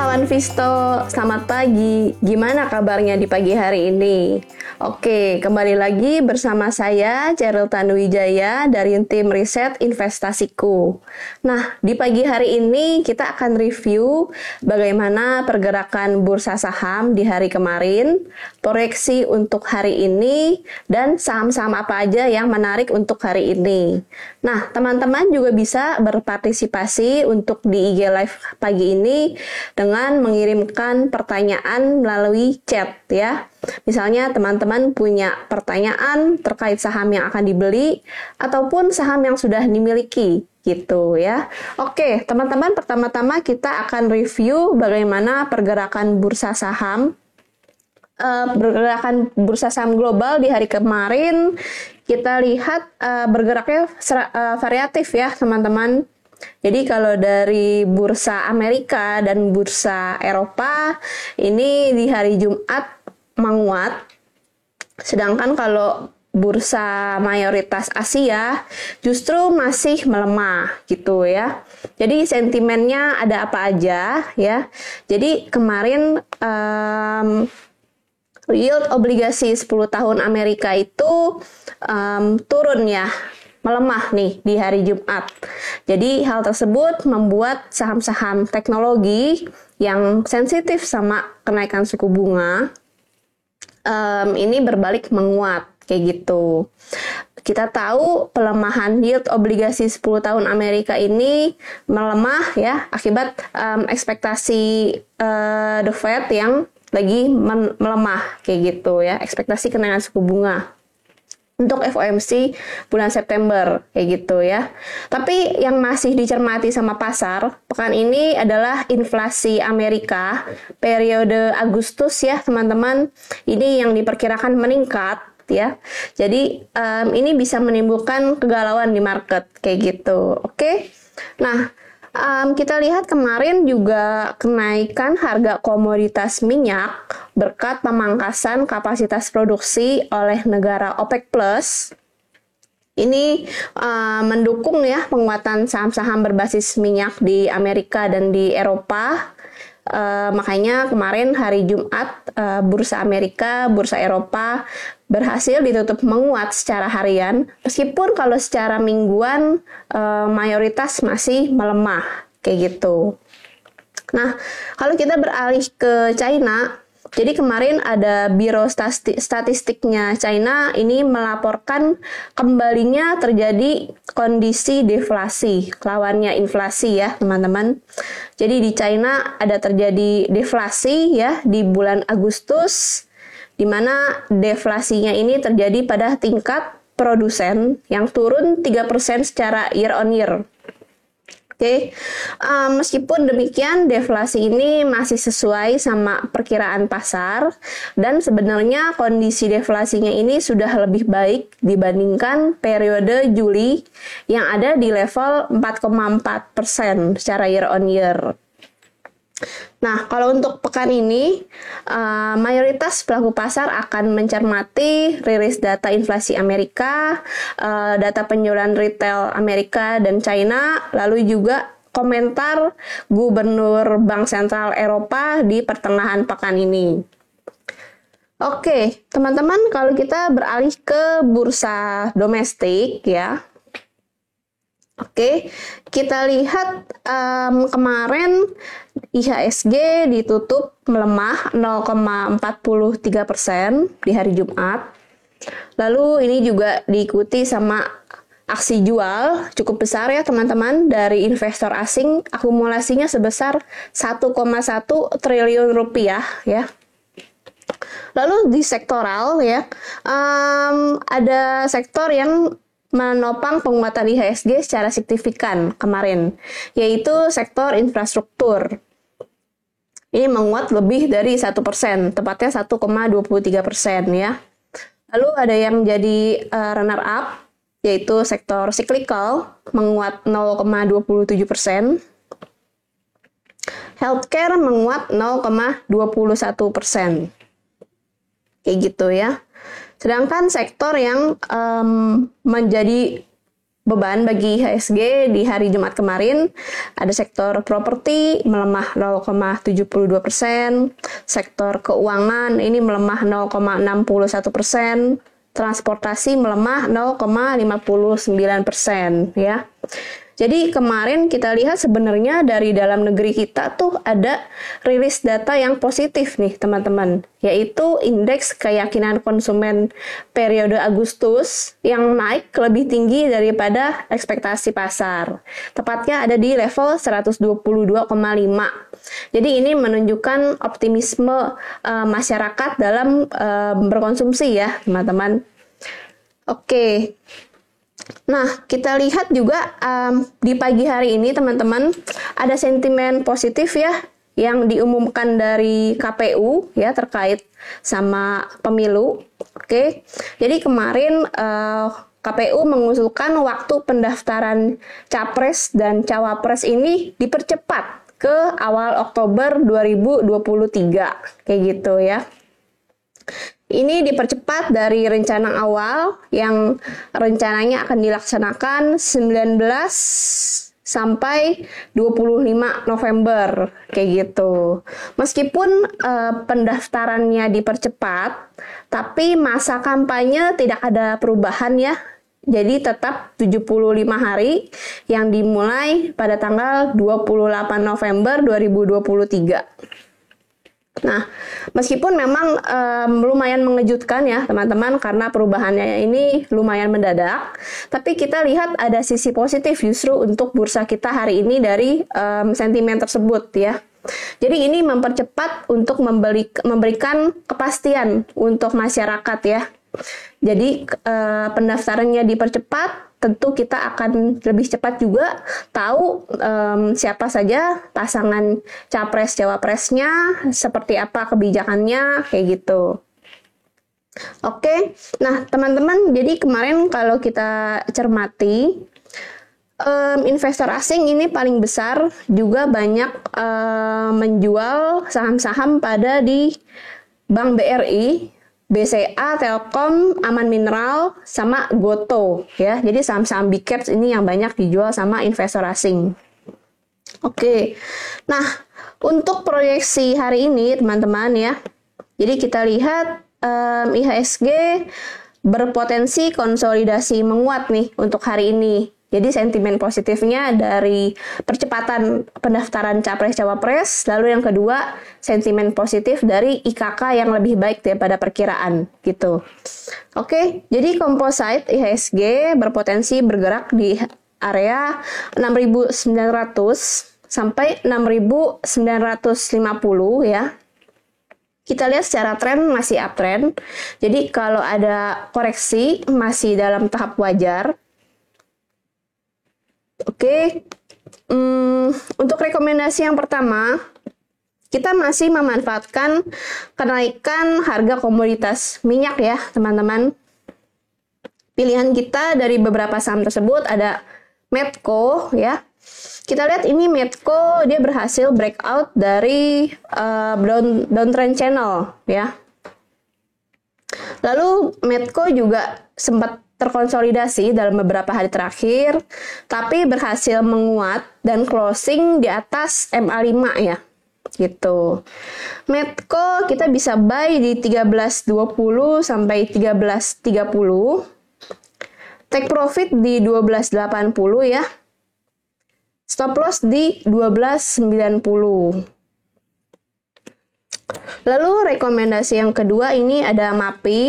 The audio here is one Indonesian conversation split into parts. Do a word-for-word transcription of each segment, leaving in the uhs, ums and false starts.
kawan Visto, selamat pagi. Gimana kabarnya di pagi hari ini? Oke, kembali lagi bersama saya, Cheryl Tanuwijaya dari tim riset investasiku. Nah, di pagi hari ini kita akan review bagaimana pergerakan bursa saham di hari kemarin, proyeksi untuk hari ini, dan saham-saham apa aja yang menarik untuk hari ini. Nah, teman-teman juga bisa berpartisipasi untuk di I G Live pagi ini dengan mengirimkan pertanyaan melalui chat ya. Misalnya teman-teman punya pertanyaan terkait saham yang akan dibeli ataupun saham yang sudah dimiliki gitu ya. Oke, teman-teman, pertama-tama kita akan review bagaimana pergerakan bursa saham Uh, pergerakan bursa saham global di hari kemarin. Kita lihat uh, bergeraknya ser- uh, variatif ya teman-teman. Jadi kalau dari bursa Amerika dan bursa Eropa ini di hari Jumat menguat, sedangkan kalau bursa mayoritas Asia justru masih melemah gitu ya. Jadi sentimennya ada apa aja ya. Jadi kemarin um, yield obligasi sepuluh tahun Amerika itu um, turun ya, melemah nih di hari Jumat. Jadi hal tersebut membuat saham-saham teknologi yang sensitif sama kenaikan suku bunga um, ini berbalik menguat kayak gitu. Kita tahu pelemahan yield obligasi sepuluh tahun Amerika ini melemah ya akibat um, ekspektasi uh, The Fed yang lagi men- melemah kayak gitu ya, ekspektasi kenaikan suku bunga untuk F O M C bulan September kayak gitu ya. Tapi yang masih dicermati sama pasar pekan ini adalah inflasi Amerika periode Agustus ya teman-teman. Ini yang diperkirakan meningkat ya. Jadi um, ini bisa menimbulkan kegalauan di market kayak gitu. Oke. Nah, Um, kita lihat kemarin juga kenaikan harga komoditas minyak berkat pemangkasan kapasitas produksi oleh negara OPEC Plus. Ini uh, mendukung ya penguatan saham-saham berbasis minyak di Amerika dan di Eropa. Uh, makanya kemarin hari Jumat uh, bursa Amerika, bursa Eropa berhasil ditutup menguat secara harian, meskipun kalau secara mingguan uh, mayoritas masih melemah kayak gitu. Nah, kalau kita beralih ke China, jadi kemarin ada Biro Statistiknya China ini melaporkan kembalinya terjadi kondisi deflasi, lawannya inflasi ya teman-teman. Jadi di China ada terjadi deflasi ya di bulan Agustus, di mana deflasinya ini terjadi pada tingkat produsen yang turun tiga persen secara year on year. Oke, okay. um, meskipun demikian deflasi ini masih sesuai sama perkiraan pasar dan sebenarnya kondisi deflasinya ini sudah lebih baik dibandingkan periode Juli yang ada di level empat koma empat persen secara year on year. Nah, kalau untuk pekan ini, uh, mayoritas pelaku pasar akan mencermati rilis data inflasi Amerika, uh, data penjualan retail Amerika dan China, lalu juga komentar Gubernur Bank Sentral Eropa di pertengahan pekan ini. Oke, teman-teman, kalau kita beralih ke bursa domestik ya. Oke, kita lihat um, kemarin I H S G ditutup melemah nol koma empat tiga persen di hari Jumat. Lalu ini juga diikuti sama aksi jual cukup besar ya teman-teman dari investor asing, akumulasinya sebesar satu koma satu triliun rupiah ya. Lalu di sektoral ya, um, ada sektor yang menopang penguatan I H S G secara signifikan kemarin, yaitu sektor infrastruktur. Ini menguat lebih dari satu persen, tepatnya satu koma dua tiga persen ya. Lalu ada yang jadi uh, runner up, yaitu sektor cyclical, menguat nol koma dua tujuh persen. Healthcare menguat nol koma dua satu persen. Kayak gitu ya. Sedangkan sektor yang um, menjadi beban bagi I H S G di hari Jumat kemarin. Ada sektor properti melemah nol koma tujuh dua persen, sektor keuangan ini melemah nol koma enam satu persen, transportasi melemah nol koma lima sembilan persen ya. Jadi kemarin kita lihat sebenarnya dari dalam negeri kita tuh ada rilis data yang positif nih teman-teman, yaitu indeks keyakinan konsumen periode Agustus yang naik lebih tinggi daripada ekspektasi pasar. Tepatnya ada di level seratus dua puluh dua koma lima. Jadi ini menunjukkan optimisme uh, masyarakat dalam uh, berkonsumsi ya teman-teman. Oke. Nah, kita lihat juga um, di pagi hari ini teman-teman ada sentimen positif ya yang diumumkan dari K P U ya terkait sama pemilu. Oke. Jadi kemarin uh, K P U mengusulkan waktu pendaftaran capres dan cawapres ini dipercepat ke awal Oktober dua ribu dua puluh tiga kayak gitu ya. Ini dipercepat dari rencana awal yang rencananya akan dilaksanakan sembilan belas sampai dua puluh lima November kayak gitu. Meskipun eh, pendaftarannya dipercepat, tapi masa kampanye tidak ada perubahan ya. Jadi tetap tujuh puluh lima hari yang dimulai pada tanggal dua puluh delapan November dua ribu dua puluh tiga. Nah, meskipun memang um, lumayan mengejutkan ya teman-teman karena perubahannya ini lumayan mendadak, tapi kita lihat ada sisi positif justru untuk bursa kita hari ini dari um, sentimen tersebut ya. Jadi ini mempercepat untuk membeli, memberikan kepastian untuk masyarakat ya. Jadi uh, pendaftarannya dipercepat. Tentu kita akan lebih cepat juga tahu um, siapa saja pasangan capres cawapresnya, seperti apa kebijakannya, kayak gitu. Oke, nah teman-teman, jadi kemarin kalau kita cermati, um, investor asing ini paling besar juga banyak um, menjual saham-saham pada di Bank B R I, B C A, Telkom, Aman Mineral, sama Goto ya. Jadi saham-saham big caps ini yang banyak dijual sama investor asing. Oke. Nah, untuk proyeksi hari ini teman-teman ya. Jadi kita lihat um, I H S G berpotensi konsolidasi menguat nih untuk hari ini. Jadi sentimen positifnya dari percepatan pendaftaran capres-cawapres, lalu yang kedua sentimen positif dari I K K yang lebih baik daripada perkiraan gitu. Oke, jadi composite I H S G berpotensi bergerak di area enam ribu sembilan ratus sampai enam ribu sembilan ratus lima puluh ya. Kita lihat secara tren masih uptrend. Jadi kalau ada koreksi masih dalam tahap wajar. Oke, hmm, untuk rekomendasi yang pertama, kita masih memanfaatkan kenaikan harga komoditas minyak ya, teman-teman. Pilihan kita dari beberapa saham tersebut ada Medco ya. Kita lihat ini Medco dia berhasil breakout dari uh, down, downtrend channel ya. Lalu Medco juga sempat terkonsolidasi dalam beberapa hari terakhir, tapi berhasil menguat dan closing di atas M A lima ya, gitu. Medco kita bisa buy di tiga belas dua puluh sampai tiga belas tiga puluh, take profit di dua belas delapan puluh ya, stop loss di dua belas sembilan puluh. Lalu rekomendasi yang kedua ini ada MAPI.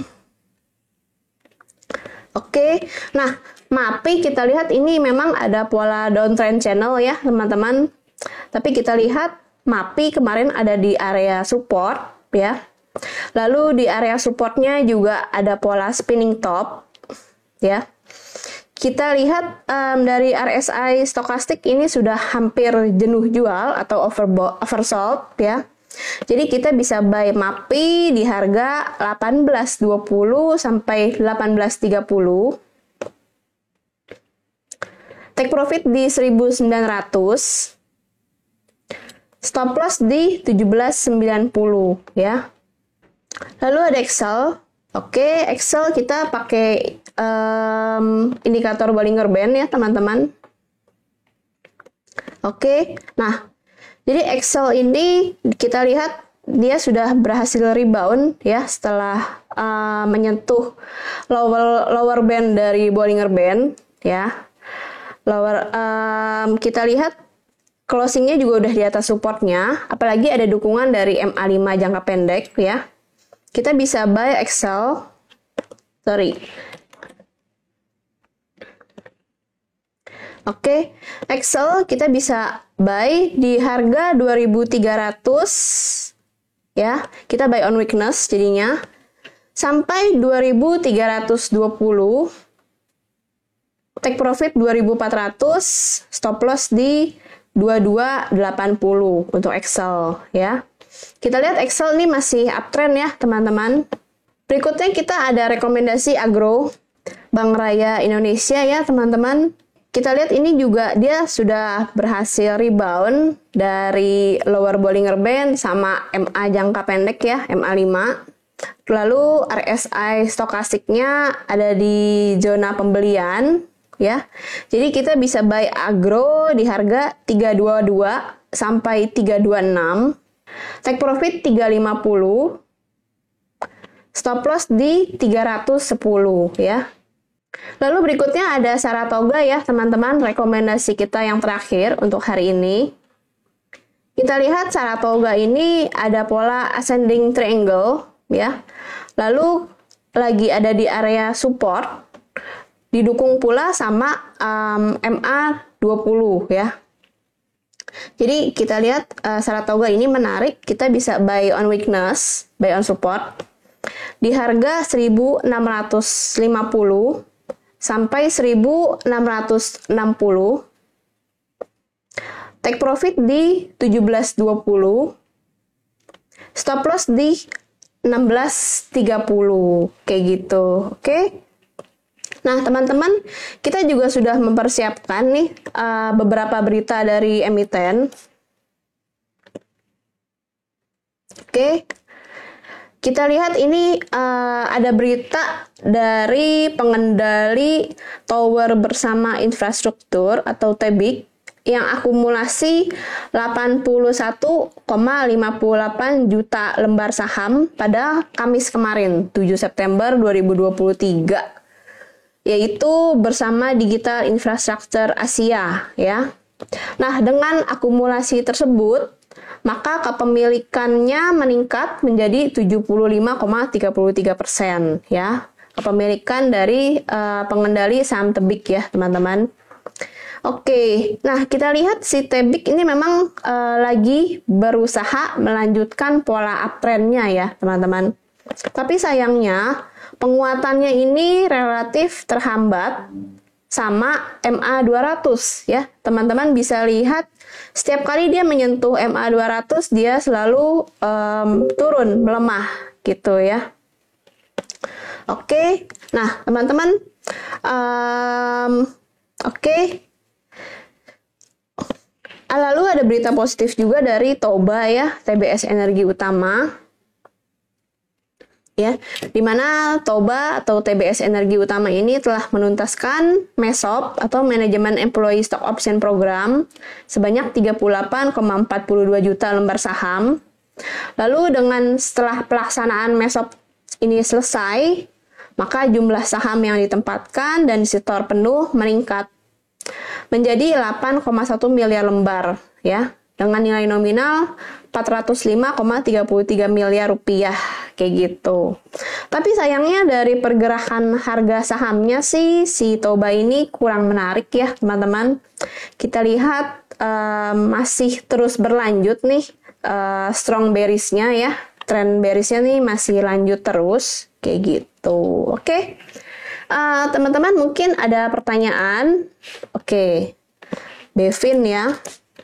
Oke, nah MAPI kita lihat ini memang ada pola downtrend channel ya teman-teman. Tapi kita lihat MAPI kemarin ada di area support ya. Lalu di area supportnya juga ada pola spinning top ya. Kita lihat um, dari R S I stokastik ini sudah hampir jenuh jual atau oversold ya. Jadi kita bisa buy MAPI di harga delapan belas dua puluh sampai delapan belas tiga puluh. Take profit di seribu sembilan ratus. Stop loss di tujuh belas sembilan puluh ya. Lalu ada Excel. Oke, Excel kita pakai um, indikator Bollinger Band ya teman-teman. Oke, nah jadi Excel ini kita lihat dia sudah berhasil rebound ya setelah uh, menyentuh lower lower band dari Bollinger Band ya. Lower um, kita lihat closingnya juga udah di atas supportnya, apalagi ada dukungan dari M A lima jangka pendek ya. Kita bisa buy Excel, sorry. Oke, Excel kita bisa buy di harga dua ribu tiga ratus ya. Kita buy on weakness jadinya sampai dua ribu tiga ratus dua puluh. Take profit dua ribu empat ratus, stop loss di dua ribu dua ratus delapan puluh untuk Excel ya. Kita lihat Excel ini masih uptrend ya teman-teman. Berikutnya kita ada rekomendasi Agro Bank Raya Indonesia ya teman-teman. Kita lihat ini juga dia sudah berhasil rebound dari lower Bollinger Band sama M A jangka pendek ya, M A lima. Lalu R S I stokastiknya ada di zona pembelian ya. Jadi kita bisa buy Agro di harga tiga ratus dua puluh dua sampai tiga ratus dua puluh enam. Take profit tiga ratus lima puluh. Stop loss di tiga ratus sepuluh ya. Lalu berikutnya ada Saratoga ya teman-teman, rekomendasi kita yang terakhir untuk hari ini. Kita lihat Saratoga ini ada pola ascending triangle ya. Lalu lagi ada di area support, didukung pula sama um, M A dua puluh ya. Jadi kita lihat uh, Saratoga ini menarik, kita bisa buy on weakness, buy on support di harga seribu enam ratus lima puluh sampai seribu enam ratus enam puluh. Take profit di tujuh belas dua puluh. Stop loss di enam belas tiga puluh. Kayak gitu. Oke. Okay? Nah, teman-teman, kita juga sudah mempersiapkan nih uh, beberapa berita dari emiten. Oke. Okay. Kita lihat ini uh, ada berita dari pengendali tower bersama infrastruktur atau T B I K yang akumulasi delapan puluh satu koma lima delapan juta lembar saham pada Kamis kemarin, tujuh September dua ribu dua puluh tiga, yaitu bersama Digital Infrastructure Asia ya. Nah, dengan akumulasi tersebut maka kepemilikannya meningkat menjadi tujuh puluh lima koma tiga tiga persen ya. Kepemilikan dari uh, pengendali saham T B I K ya, teman-teman. Oke, nah kita lihat si T B I K ini memang uh, lagi berusaha melanjutkan pola uptrend-nya ya, teman-teman. Tapi sayangnya penguatannya ini relatif terhambat sama M A dua ratus ya. Teman-teman bisa lihat setiap kali dia menyentuh M A dua ratus dia selalu um, turun, melemah gitu ya. Oke, nah teman-teman, um, oke. Lalu ada berita positif juga dari Toba ya, T B S Energi Utama. Ya, di mana Toba atau T B S Energi Utama ini telah menuntaskan M E S O P atau Manajemen Employee Stock Option Program sebanyak tiga puluh delapan koma empat dua juta lembar saham. Lalu dengan setelah pelaksanaan M E S O P ini selesai, maka jumlah saham yang ditempatkan dan disetor penuh meningkat menjadi delapan koma satu miliar lembar ya, dengan nilai nominal empat ratus lima koma tiga tiga miliar rupiah kayak gitu. Tapi sayangnya dari pergerakan harga sahamnya sih si Toba ini kurang menarik ya teman-teman. Kita lihat uh, masih terus berlanjut nih uh, strong bearish-nya ya. Trend bearish-nya nih masih lanjut terus kayak gitu. Oke. Okay? Uh, teman-teman mungkin ada pertanyaan. Oke. Okay. Bevin ya.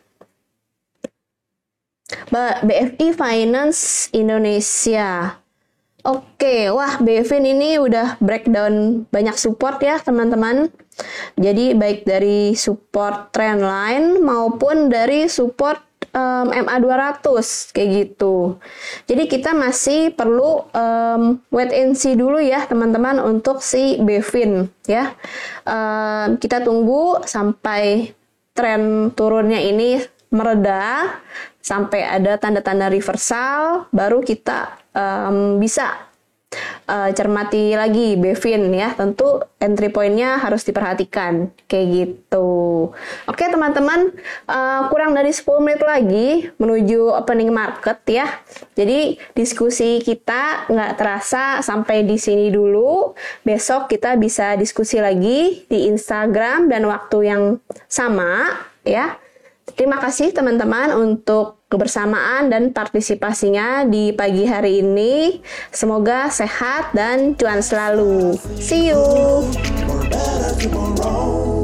B F I Finance Indonesia. Oke, wah Bevin ini udah breakdown banyak support ya teman-teman. Jadi baik dari support trendline maupun dari support um, M A dua ratus kayak gitu. Jadi kita masih perlu um, wait and see dulu ya teman-teman untuk si Bevin ya. Um, kita tunggu sampai tren turunnya ini mereda, sampai ada tanda-tanda reversal, baru kita um, bisa Uh, cermati lagi Bevin ya. Tentu entry point-nya harus diperhatikan kayak gitu. Oke teman-teman, uh, kurang dari sepuluh menit lagi menuju opening market ya. Jadi diskusi kita nggak terasa sampai di sini dulu. Besok kita bisa diskusi lagi di Instagram dan waktu yang sama ya. Terima kasih teman-teman untuk kebersamaan dan partisipasinya di pagi hari ini. Semoga sehat dan cuan selalu. See you!